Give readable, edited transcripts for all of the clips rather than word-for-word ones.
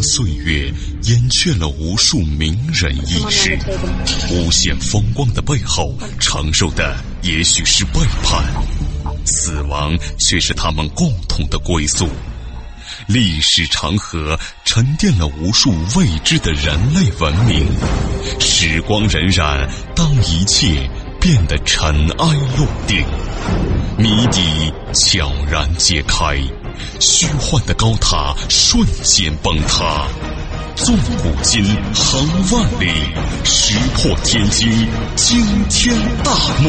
岁月掩却了无数名人轶事，无限风光的背后，承受的也许是背叛，死亡却是他们共同的归宿。历史长河沉淀了无数未知的人类文明，时光荏苒，当一切变得尘埃落定，谜底悄然揭开，虚幻的高塔瞬间崩塌，纵古今，横万里，石破天惊，惊天大幕。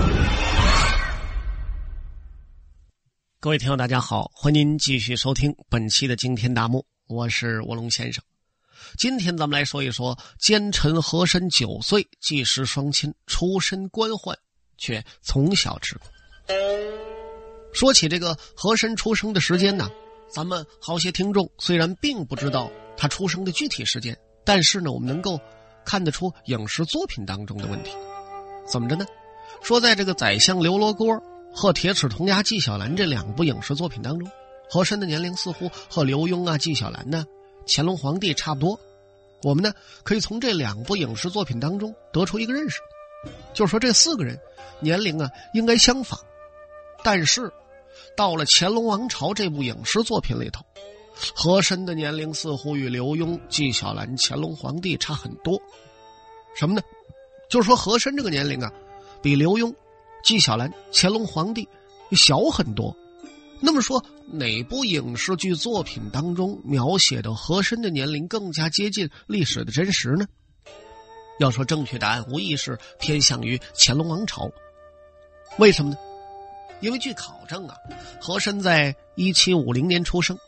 各位听友大家好，欢迎您继续收听本期的惊天大幕，我是卧龙先生。今天咱们来说一说奸臣和珅9岁继室双亲，出身官宦，却从小吃苦。说起这个和珅出生的时间呢，咱们好些听众虽然并不知道他出生的具体时间，但是呢我们能够看得出影视作品当中的问题。怎么着呢？说在这个宰相刘罗锅和铁齿铜牙纪晓岚这2部影视作品当中，和珅的年龄似乎和刘墉啊、纪晓岚呢、乾隆皇帝差不多。我们呢可以从这2部影视作品当中得出一个认识，就是说这4个人年龄啊应该相仿，但是到了乾隆王朝这部影视作品里头，和珅的年龄似乎与刘墉、纪晓岚、乾隆皇帝差很多。什么呢？就是说和珅这个年龄啊比刘墉、纪晓岚、乾隆皇帝小很多。那么说哪部影视剧作品当中描写的和珅的年龄更加接近历史的真实呢？要说正确答案无疑是偏向于乾隆王朝。为什么呢？因为据考证啊，和珅在1750年出生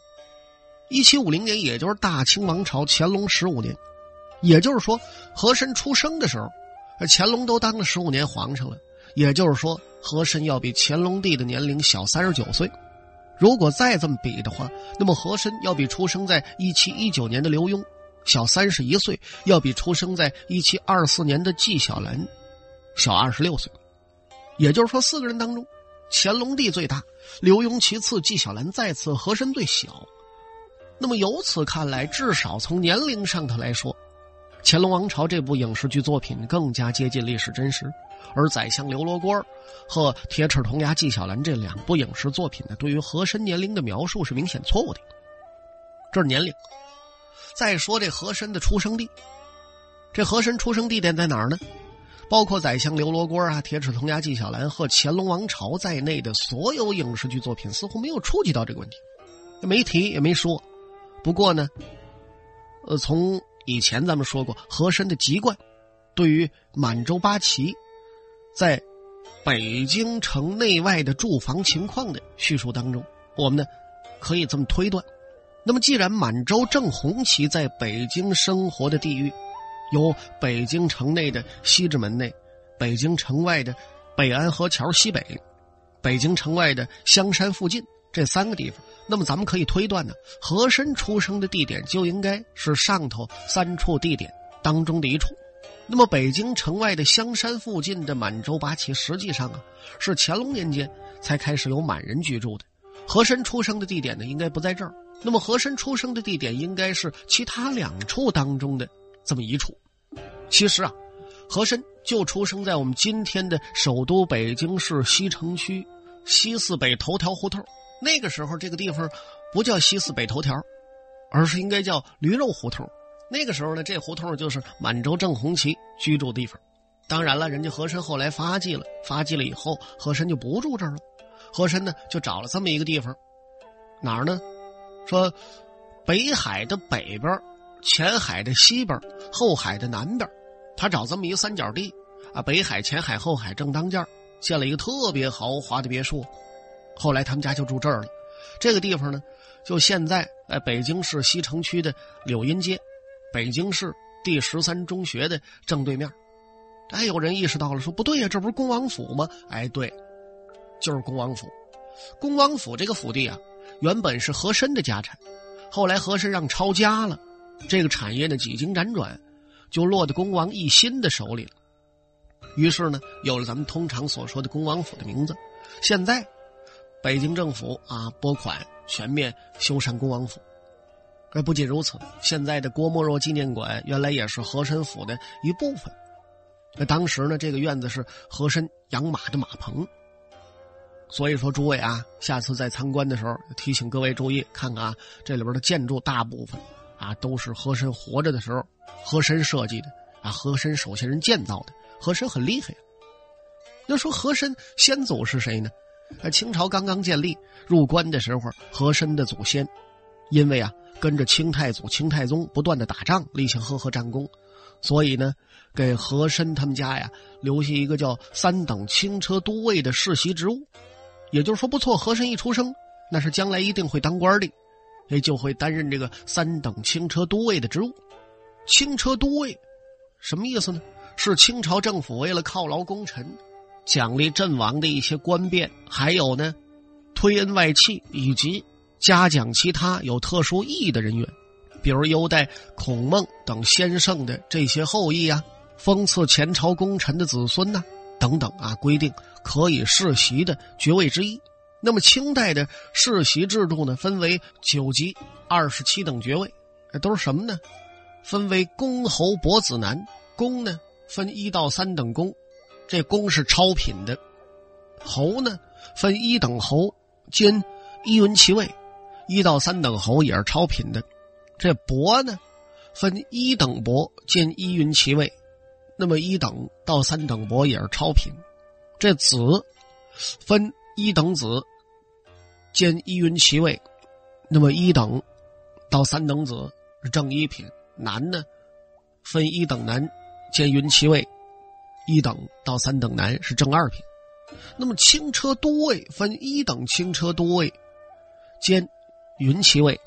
，1750年也就是大清王朝乾隆15年，也就是说和珅出生的时候乾隆都当了15年皇上了，也就是说和珅要比乾隆帝的年龄小39岁。如果再这么比的话，那么和珅要比出生在1719年的刘墉小31岁，要比出生在1724年的纪晓岚小26岁。也就是说4个人当中，乾隆帝最大，刘墉其次，纪晓岚再次，和珅最小。那么由此看来，至少从年龄上头来说，乾隆王朝这部影视剧作品更加接近历史真实，而宰相刘罗锅和铁齿铜牙纪晓岚这2部影视作品呢，对于和珅年龄的描述是明显错误的。这是年龄。再说这和珅的出生地，这和珅出生地点在哪儿呢？包括宰相刘罗锅啊、铁齿铜牙纪晓岚和乾隆王朝在内的所有影视剧作品似乎没有触及到这个问题，没提也没说。不过呢从以前咱们说过，和珅的籍贯对于满洲八旗在北京城内外的住房情况的叙述当中，我们呢可以这么推断。那么既然满洲正红旗在北京生活的地域有北京城内的西直门内、北京城外的北安河桥西北、北京城外的香山附近这3个地方，那么咱们可以推断呢，和珅出生的地点就应该是上头3处地点当中的一处。那么北京城外的香山附近的满洲八旗实际上啊是乾隆年间才开始有满人居住的，和珅出生的地点呢应该不在这儿，那么和珅出生的地点应该是其他2处当中的这么一处。其实啊，和珅就出生在我们今天的首都北京市西城区西四北头条胡同。那个时候这个地方不叫西四北头条，而是应该叫驴肉胡同。那个时候呢，这胡同就是满洲正红旗居住地方。当然了，人家和珅后来发迹了以后，和珅就不住这儿了。和珅呢就找了这么一个地方，哪儿呢？说北海的北边，前海的西边，后海的南边，他找这么一个3角地啊，北海、前海、后海正当间，建了一个特别豪华的别墅。后来他们家就住这儿了。这个地方呢就现在北京市西城区的柳荫街，北京市第13中学的正对面。有人意识到了，说不对呀，这不是恭王府吗？对，就是恭王府。恭王府这个府地啊原本是和珅的家产，后来和珅让抄家了，这个产业呢几经辗转就落到恭王奕欣的手里了。于是呢有了咱们通常所说的恭王府的名字。现在北京政府啊拨款全面修缮恭王府， 不仅如此，现在的郭沫若纪念馆原来也是和珅府的一部分。当时呢，这个院子是和珅养马的马棚。所以说诸位啊，下次在参观的时候提醒各位注意，看看啊，这里边的建筑大部分啊都是和珅活着的时候和珅设计的啊，和珅手下人建造的，和珅很厉害啊。那说和珅先祖是谁呢？清朝刚刚建立入关的时候，和珅的祖先因为啊跟着清太祖清太宗不断的打仗，立下赫赫战功，所以呢给和珅他们家呀留下一个叫3等轻车都尉的世袭职务。也就是说，不错，和珅一出生那是将来一定会当官的，也就会担任这个3等轻车都尉的职务。轻车都尉什么意思呢？是清朝政府为了犒劳功臣，奖励阵亡的一些官变，还有呢推恩外戚，以及嘉奖其他有特殊意义的人员，比如优待孔孟等先圣的这些后裔啊，封赐前朝功臣的子孙呐，等等啊，规定可以世袭的爵位之一。那么清代的世袭制度呢，分为9级27等爵位，都是什么呢？分为公侯伯子男，公呢分1到3等公，这公是超品的；侯呢分1等侯兼1云其位，1到3等侯也是超品的。这伯呢分1等伯兼1云其位，那么1等到3等伯也是超品。这子分1等子兼1云其位，那么1等到3等子是正1品。男呢分1等男兼云其位，1等到3等男是正2品。那么轻车都尉分1等轻车都尉兼云其位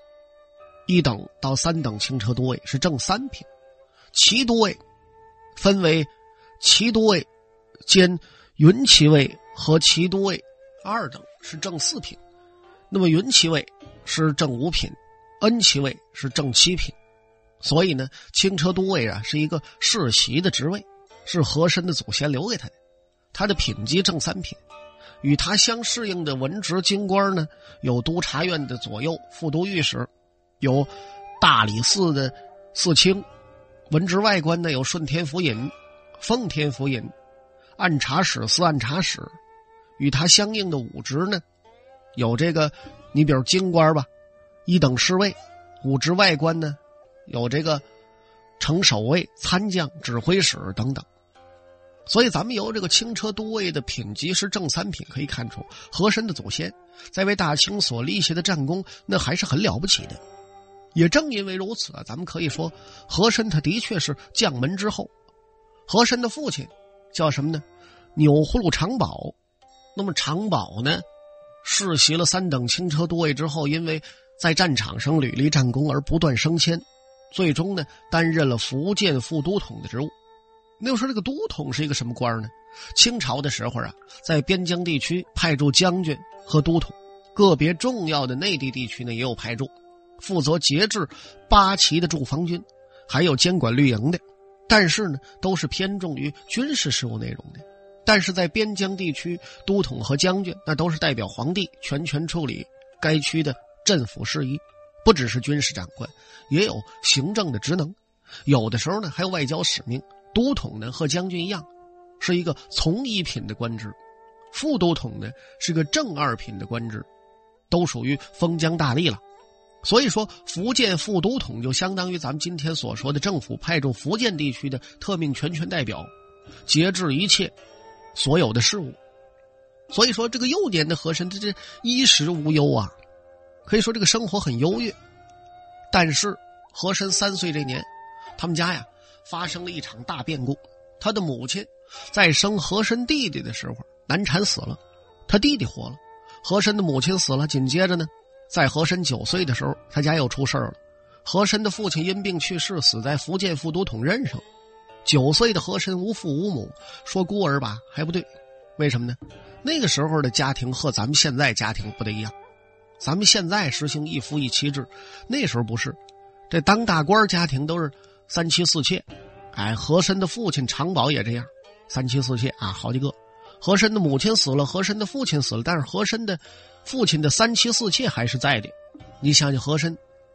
，1等到3等轻车都尉是正3品。骑都尉分为骑都尉兼云骑尉和骑都尉2等是正4品。那么云骑尉是正5品，恩骑尉是正7品。所以呢，轻车都尉啊是一个世袭的职位，是和珅的祖先留给他的。他的品级正3品，与他相适应的文职京官呢，有督察院的左右副都御史，有大理寺的寺卿，文职外官呢有顺天府尹、奉天府尹、按察使、司按察使。与他相应的武职呢，有这个你比如京官吧，1等侍卫；武职外官呢有这个城守卫、参将、指挥使等等。所以咱们由这个轻车都尉的品级是正3品可以看出，和珅的祖先在为大清所立下的战功那还是很了不起的。也正因为如此啊，咱们可以说和珅他的确是将门之后。和珅的父亲叫什么呢？钮祜禄长保。那么长保呢世袭了3等轻车都尉之后，因为在战场上屡立战功而不断升迁，最终呢担任了福建副都统的职务。那说这个都统是一个什么官呢？清朝的时候啊，在边疆地区派驻将军和都统，个别重要的内地地区呢也有派驻，负责节制8旗的驻防军，还有监管绿营的，但是呢都是偏重于军事事务内容的。但是在边疆地区，都统和将军那都是代表皇帝全权处理该区的政府事宜，不只是军事长官，也有行政的职能，有的时候呢还有外交使命。都统呢和将军一样，是一个从1品的官职，副都统呢是个正2品的官职，都属于封疆大吏了。所以说福建副都统就相当于咱们今天所说的政府派驻福建地区的特命全权代表，节制一切所有的事务。所以说这个幼年的和珅这衣食无忧啊，可以说这个生活很优越。但是和珅3岁这年，他们家呀发生了一场大变故。他的母亲在生和珅弟弟的时候难产死了，他弟弟活了，和珅的母亲死了。紧接着呢，在和珅9岁的时候，他家又出事了。和珅的父亲因病去世，死在福建副都统任上。9岁的和珅无父无母，说孤儿吧还不对。为什么呢？那个时候的家庭和咱们现在家庭不得一样。咱们现在实行一夫一妻制，那时候不是。这当大官家庭都是3妻4妾。和珅的父亲长保也这样，3妻4妾啊，好几个。和珅的母亲死了，和珅的父亲死了，但是和珅的父亲的3妻4妾还是在的。你想想和珅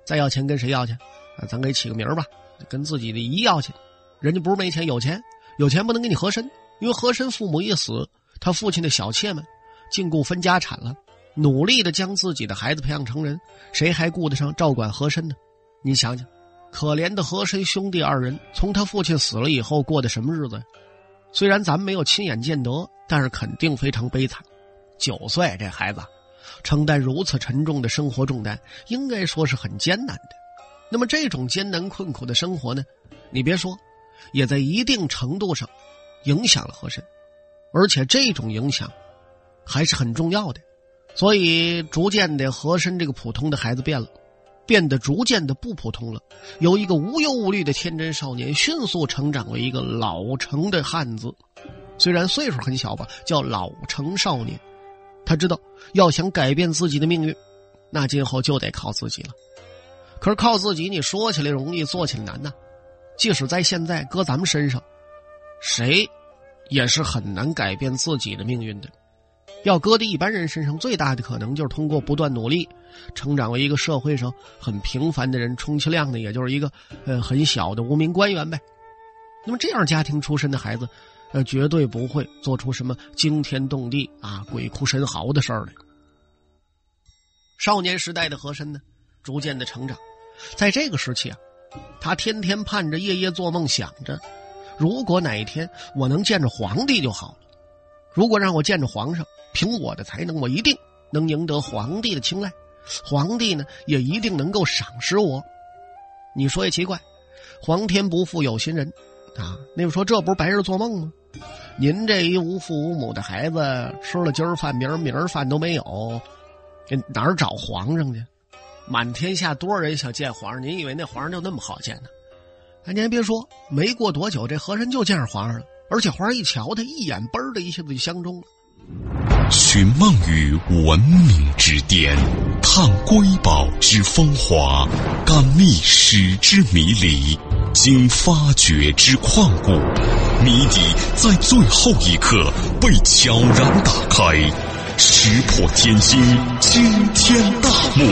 再要钱跟谁要去？咱给起个名吧，跟自己的姨要去。人家不是没钱，有钱不能给你和珅，因为和珅父母一死，他父亲的小妾们禁锢分家产了，努力的将自己的孩子培养成人，谁还顾得上照管和珅呢？你想想，可怜的和珅兄弟二人从他父亲死了以后过的什么日子呀？虽然咱们没有亲眼见得，但是肯定非常悲惨。9岁这孩子承担如此沉重的生活重担，应该说是很艰难的。那么这种艰难困苦的生活呢，你别说，也在一定程度上影响了和珅，而且这种影响还是很重要的。所以逐渐的，和珅这个普通的孩子变得逐渐的不普通了，由一个无忧无虑的天真少年迅速成长为一个老成的汉子。虽然岁数很小吧，叫老成少年。他知道要想改变自己的命运，那今后就得靠自己了。可是靠自己，你说起来容易，做起来难呐。即使在现在搁咱们身上，谁也是很难改变自己的命运的。要搁在一般人身上，最大的可能就是通过不断努力，成长为一个社会上很平凡的人，充其量呢，也就是一个很小的无名官员呗。那么这样家庭出身的孩子，绝对不会做出什么惊天动地鬼哭神嚎的事儿来。少年时代的和珅呢，逐渐的成长，在这个时期他天天盼着，夜夜做梦，想着如果哪一天我能见着皇帝就好了。如果让我见着皇上，凭我的才能，我一定能赢得皇帝的青睐，皇帝呢也一定能够赏识我。你说也奇怪，皇天不负有心人那么说这不是白日做梦吗？您这一无父无母的孩子，吃了今儿饭明儿饭都没有，哪儿找皇上去？满天下多少人想见皇上，您以为那皇上就那么好见呢？您还别说，没过多久这和珅就见着皇上了，而且皇上一瞧他，一眼嘣的一下子就相中了。 寻梦于文明之巅，探瑰宝之风华，感历史之迷离，经发掘之旷古，谜底在最后一刻被悄然打开，石破天惊，惊天大幕。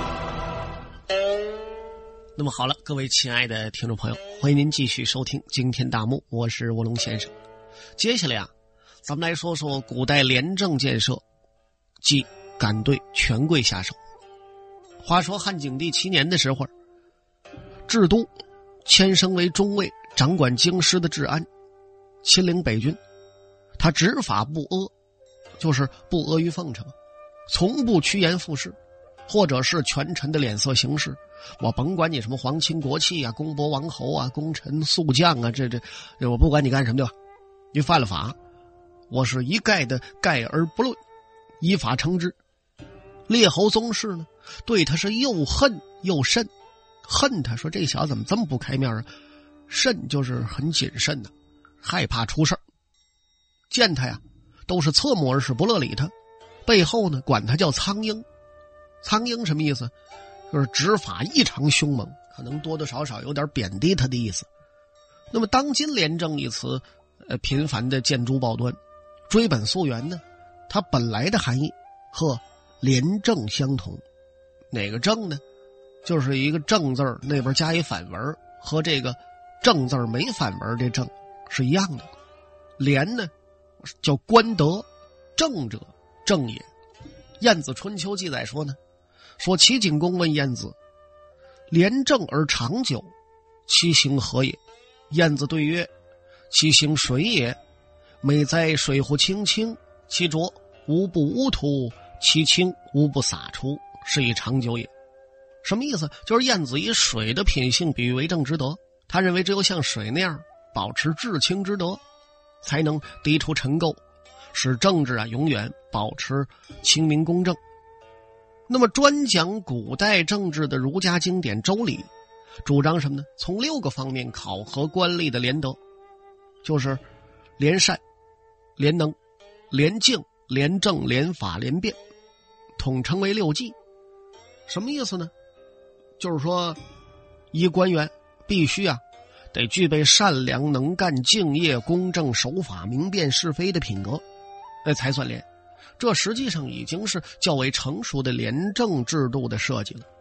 那么好了，各位亲爱的听众朋友，欢迎您继续收听惊天大幕，我是卧龙先生。接下来咱们来说说古代廉政建设，即敢对权贵下手。话说汉景帝7年的时候，制都迁升为中尉，掌管京师的治安，亲领北军。他执法不阿，就是不阿谀奉承，从不趋炎附势，或者是权臣的脸色行事。我甭管你什么皇亲国戚公伯王侯功臣宿将这我不管你干什么对吧？你犯了法，我是一概的概而不论，依法惩治。列侯宗室呢，对他是又恨又慎。恨他说这小子怎么这么不开面慎就是很谨慎害怕出事儿。见他都是侧目而视，不乐理他。背后呢，管他叫苍鹰。苍鹰什么意思？就是执法异常凶猛，可能多多少少有点贬低他的意思。那么当今廉政一词频繁的见诸报端，追本溯源呢，它本来的含义和廉政相同。哪个政呢？就是一个正字那边加一反文，和这个正字没反文这正是一样的。廉呢叫官德，正者正也。晏子春秋记载说呢，说齐景公问晏子，廉政而长久，其行何也？晏子对曰，其行水也。美哉水乎清清，其浊无不污涂，其清无不洒出，是以长久也。什么意思？就是晏子以水的品性比喻为政之德，他认为只有像水那样保持至清之德，才能涤除尘垢，使政治永远保持清明公正。那么专讲古代政治的儒家经典《周礼》主张什么呢？从6个方面考核官吏的廉德，就是廉善、廉能、廉敬、廉政、廉法、廉辩，统称为6纪。什么意思呢？就是说一官员必须得具备善良、能干、敬业、公正、守法、明辨是非的品格，才算廉。这实际上已经是较为成熟的廉政制度的设计了。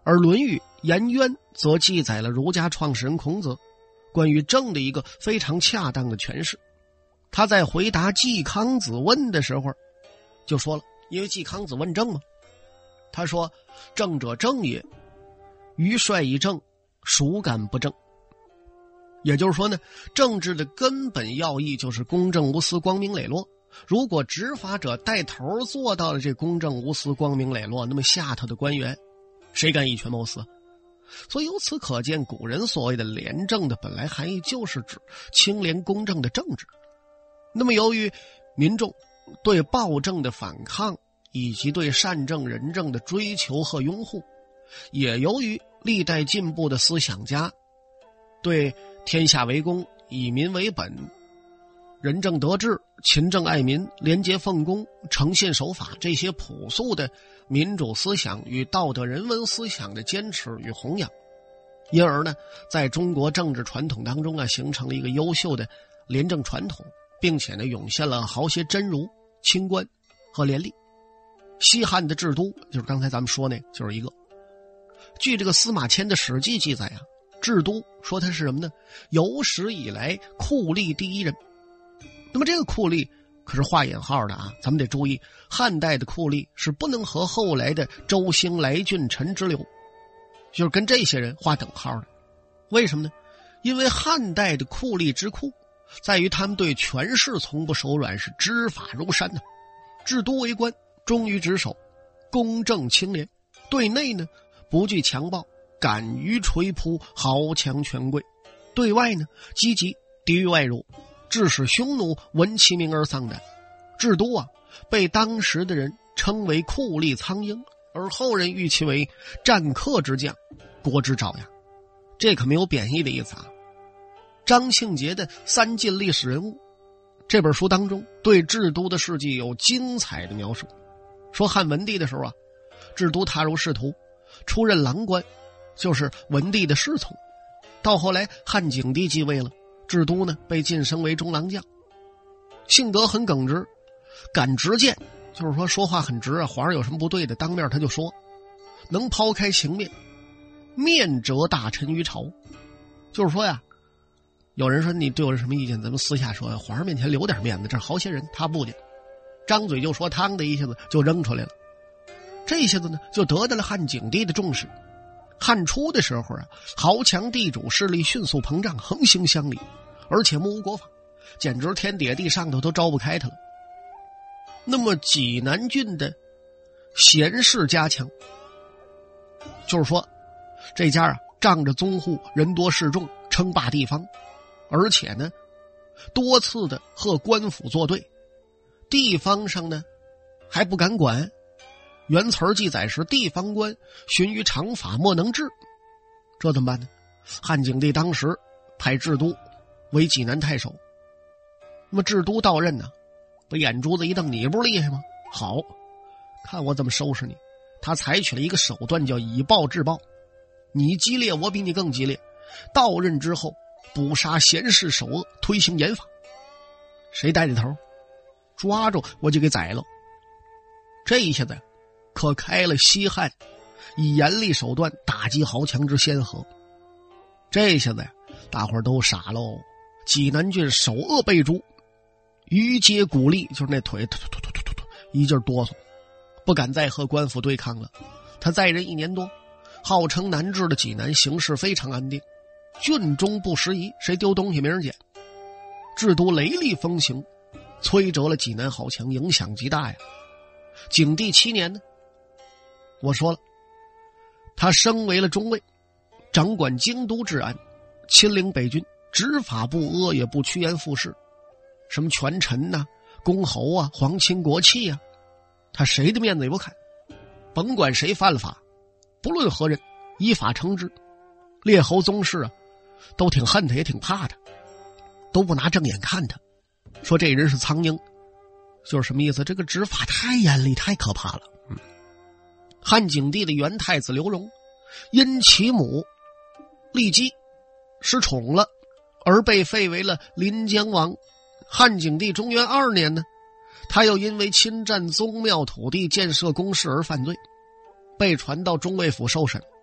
而《论语·颜渊》则记载了儒家创始人孔子关于政的一个非常恰当的诠释。他在回答季康子问的时候就说了，因为季康子问政嘛，他说：“政者正也，于帅以政，孰敢不正？”也就是说呢，政治的根本要义就是公正无私、光明磊落。如果执法者带头做到了这公正无私、光明磊落，那么下头的官员谁敢以权谋私？所以由此可见，古人所谓的廉政的本来含义就是指清廉公正的政治。那么由于民众对暴政的反抗，以及对善政仁政的追求和拥护，也由于历代进步的思想家对天下为公、以民为本、仁政德治、勤政爱民、廉洁奉公、诚信守法这些朴素的民主思想与道德人文思想的坚持与弘扬，因而呢，在中国政治传统当中啊，形成了一个优秀的廉政传统，并且呢，涌现了豪些真儒、清官和廉吏。西汉的制都，就是刚才咱们说那就是一个。据这个司马迁的《史记》记载啊，制都说他是什么呢？有史以来酷吏第一人。那么这个酷吏可是画引号的啊，咱们得注意，汉代的酷吏是不能和后来的周兴、来俊、陈之流，就是跟这些人画等号的。为什么呢？因为汉代的酷吏之酷，在于他们对权势从不手软，是知法如山的。制都为官，忠于职守，公正清廉，对内呢不惧强暴，敢于垂扑，豪强权贵；对外呢积极抵御外辱，致使匈奴闻其名而丧胆。制都啊，被当时的人称为酷吏苍鹰，而后人誉其为战客之将，国之爪牙。这可没有贬义的意思啊。张庆杰的《三晋历史人物》这本书当中，对制都的事迹有精彩的描述。说汉文帝的时候啊，制都踏入仕途，出任郎官，就是文帝的侍从。到后来汉景帝继位了，制都呢被晋升为中郎将，性格很耿直，敢直谏，就是说话很直啊，皇上有什么不对的当面他就说，能抛开情面，面折大臣于朝。就是说呀，有人说你对我是什么意见，咱们私下说，皇上面前留点面子，这是好些人，他不的，张嘴就说汤的，一下子就扔出来了。这一下子呢就得到了汉景帝的重视。汉初的时候啊，豪强地主势力迅速膨胀，横行乡里，而且目无国法，简直天底下地上头都招不开他了。那么济南郡的贤士家强，就是说这家啊仗着宗户，人多势众，称霸地方，而且呢多次的和官府作对，地方上呢还不敢管。原词儿记载是地方官循于常法，莫能治。这怎么办呢？汉景帝当时派制都为济南太守。那么制都到任呢，把眼珠子一瞪，你不是厉害吗？好，看我怎么收拾你。他采取了一个手段叫以暴制暴，你激烈我比你更激烈。到任之后捕杀贤士首恶，推行严法，谁带着头抓住我就给宰了。这一下子可开了西汉以严厉手段打击豪强之先河。这下子呀，大伙儿都傻喽。济南郡首恶被诛，余皆鼓励，就是那腿突一劲哆嗦，不敢再和官府对抗了。他在任1年多，号称南治的济南形势非常安定，郡中不拾遗，谁丢东西没人捡。制都雷厉风行，摧折了济南豪强，影响极大呀。景帝7年呢，我说了，他升为了中尉，掌管京都治安，亲领北军，执法不阿，也不趋炎附势，什么权臣呐、公侯啊、皇亲国戚啊，他谁的面子也不看，甭管谁犯了法，不论何人，依法惩治。列侯宗室啊，都挺恨他，也挺怕他，都不拿正眼看他，说这人是苍鹰，就是什么意思？这个执法太严厉，太可怕了。汉景帝的元太子刘荣，因其母骊姬失宠了，而被废为了临江王。汉景帝中元2年呢，他又因为侵占宗庙土地、建设宫室而犯罪，被传到中尉府受审。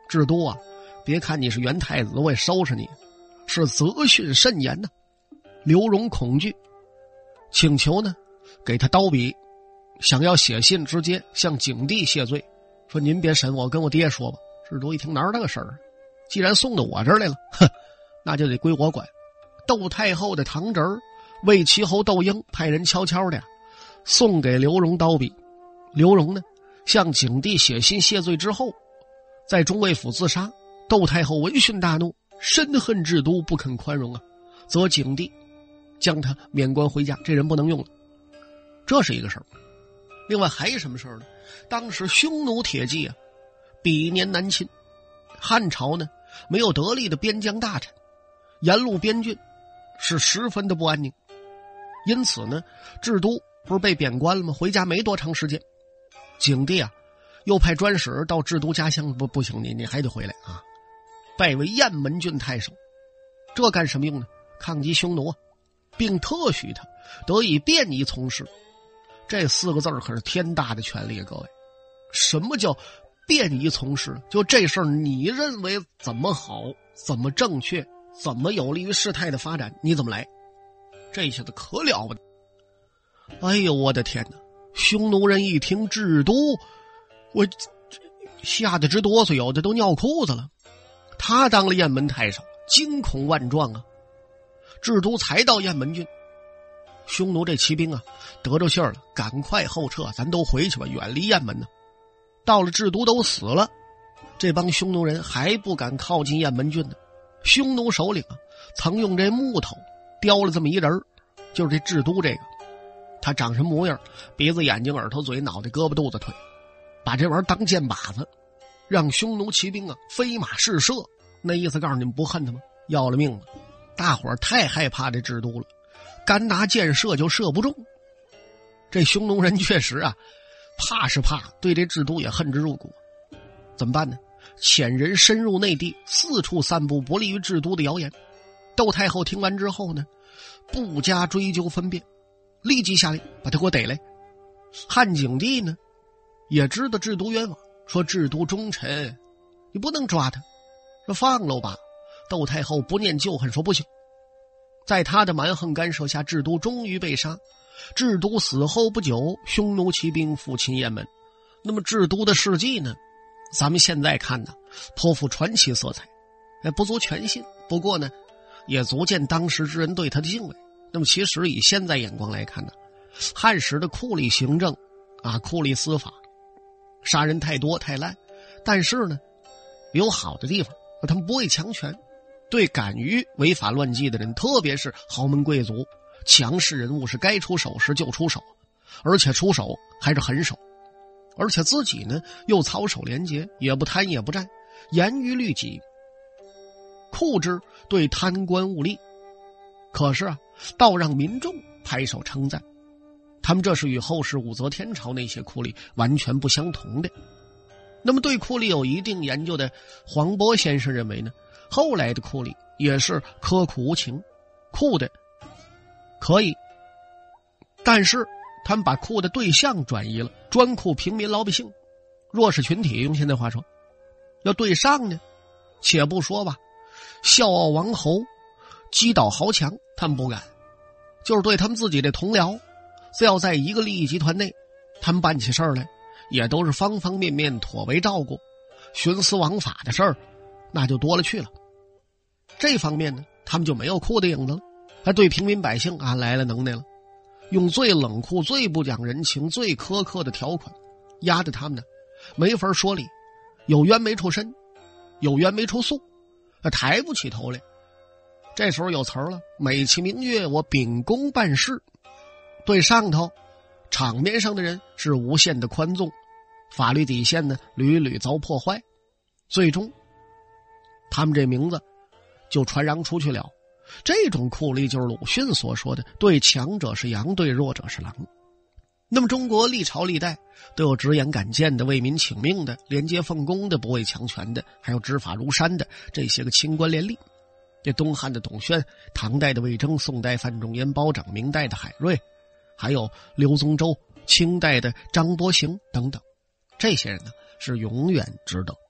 制都啊，别看你是元太子，我也收拾你，是责训甚严呢。刘荣恐惧，请求呢给他刀笔，想要写信直接向景帝谢罪，说您别审我，跟我爹说吧。制都一听哪有那个事儿，既然送到我这儿来了，哼，那就得归我管。窦太后的堂侄魏齐侯窦婴派人悄悄的送给刘荣刀笔。刘荣呢向景帝写信谢罪之后，在中尉府自杀。窦太后闻讯大怒，深恨制都不肯宽容啊，则景帝将他免官回家，这人不能用了。这是一个事儿。另外还有什么事儿呢？当时匈奴铁骑啊比年南侵，汉朝呢没有得力的边疆大臣，沿路边郡是十分的不安宁。因此呢，制都不是被贬官了吗？回家没多长时间，景帝啊又派专使到制都家乡，不行，你还得回来啊，拜为雁门郡太守。这干什么用呢？抗击匈奴啊，并特许他得以便宜从事。这4个字可是天大的权利啊，各位。什么叫便宜从事？就这事儿你认为怎么好，怎么正确，怎么有利于事态的发展，你怎么来。这下子可了不得。哎呦我的天哪，匈奴人一听制都，我吓得直哆嗦，有的都尿裤子了。他当了雁门太守，惊恐万状啊。制都才到雁门郡，匈奴这骑兵啊得着信儿了，赶快后撤，咱都回去吧，远离雁门呢。到了制都都死了，这帮匈奴人还不敢靠近雁门郡呢。匈奴首领啊曾用这木头雕了这么一人，就是这制都这个，他长什么模样？鼻子眼睛耳朵嘴脑袋胳膊肚子腿，把这玩意儿当箭靶子，让匈奴骑兵啊飞马试射。那意思告诉你们不恨他吗？要了命了。大伙儿太害怕这制都了，干拿箭射就射不中。这匈奴人确实啊怕是怕，对这制都也恨之入骨。怎么办呢？遣人深入内地，四处散布不利于制都的谣言。窦太后听完之后呢，不加追究分辨，立即下令把他给我逮来。汉景帝呢也知道制都冤枉，说制都忠臣，你不能抓他，说放了吧。窦太后不念旧恨，说不行。在他的蛮横干涉下，制都终于被杀。制都死后不久，匈奴骑兵复侵雁门。那么制都的事迹呢，咱们现在看呢颇富传奇色彩，不足全信，不过呢也足见当时之人对他的敬畏。那么其实以现在眼光来看呢，汉时的酷吏行政啊，酷吏司法，杀人太多太烂，但是呢有好的地方，他们不会强权，对敢于违法乱纪的人，特别是豪门贵族强势人物，是该出手时就出手，而且出手还是狠手，而且自己呢又操守廉洁，也不贪也不占，严于律己，酷之对贪官污吏。可是啊倒让民众拍手称赞，他们这是与后世武则天朝那些酷吏完全不相同的。那么对酷吏有一定研究的黄渤先生认为呢，后来的酷吏也是刻苦无情，酷的可以，但是他们把酷的对象转移了，专酷平民老百姓，弱势群体。用现在话说，要对上呢，且不说吧，笑傲王侯击倒豪强他们不敢，就是对他们自己的同僚，只要在一个利益集团内，他们办起事儿来也都是方方面面妥为照顾，徇私枉法的事儿那就多了去了。这方面呢他们就没有酷的影子了，他对平民百姓啊来了能耐了，用最冷酷最不讲人情最苛刻的条款压得他们呢没法说理，有冤没处伸，有冤没处诉，抬不起头来。这时候有词儿了，美其名曰我秉公办事，对上头场面上的人是无限的宽纵，法律底线呢屡屡遭破坏，最终他们这名字就传扬出去了。这种酷吏就是鲁迅所说的对强者是羊，对弱者是狼。那么中国历朝历代都有直言敢谏的，为民请命的，廉洁奉公的，不畏强权的，还有执法如山的，这些个清官廉吏。这东汉的董宣，唐代的魏征，宋代范仲淹、包拯，明代的海瑞，还有刘宗周，清代的张伯行等等，这些人呢是永远值得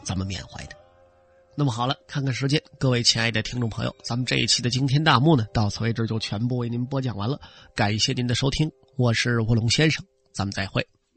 咱们缅怀的。那么好了，看看时间，各位亲爱的听众朋友，咱们这一期的惊天大幕呢，到此为止就全部为您播讲完了。感谢您的收听，我是卧龙先生，咱们再会。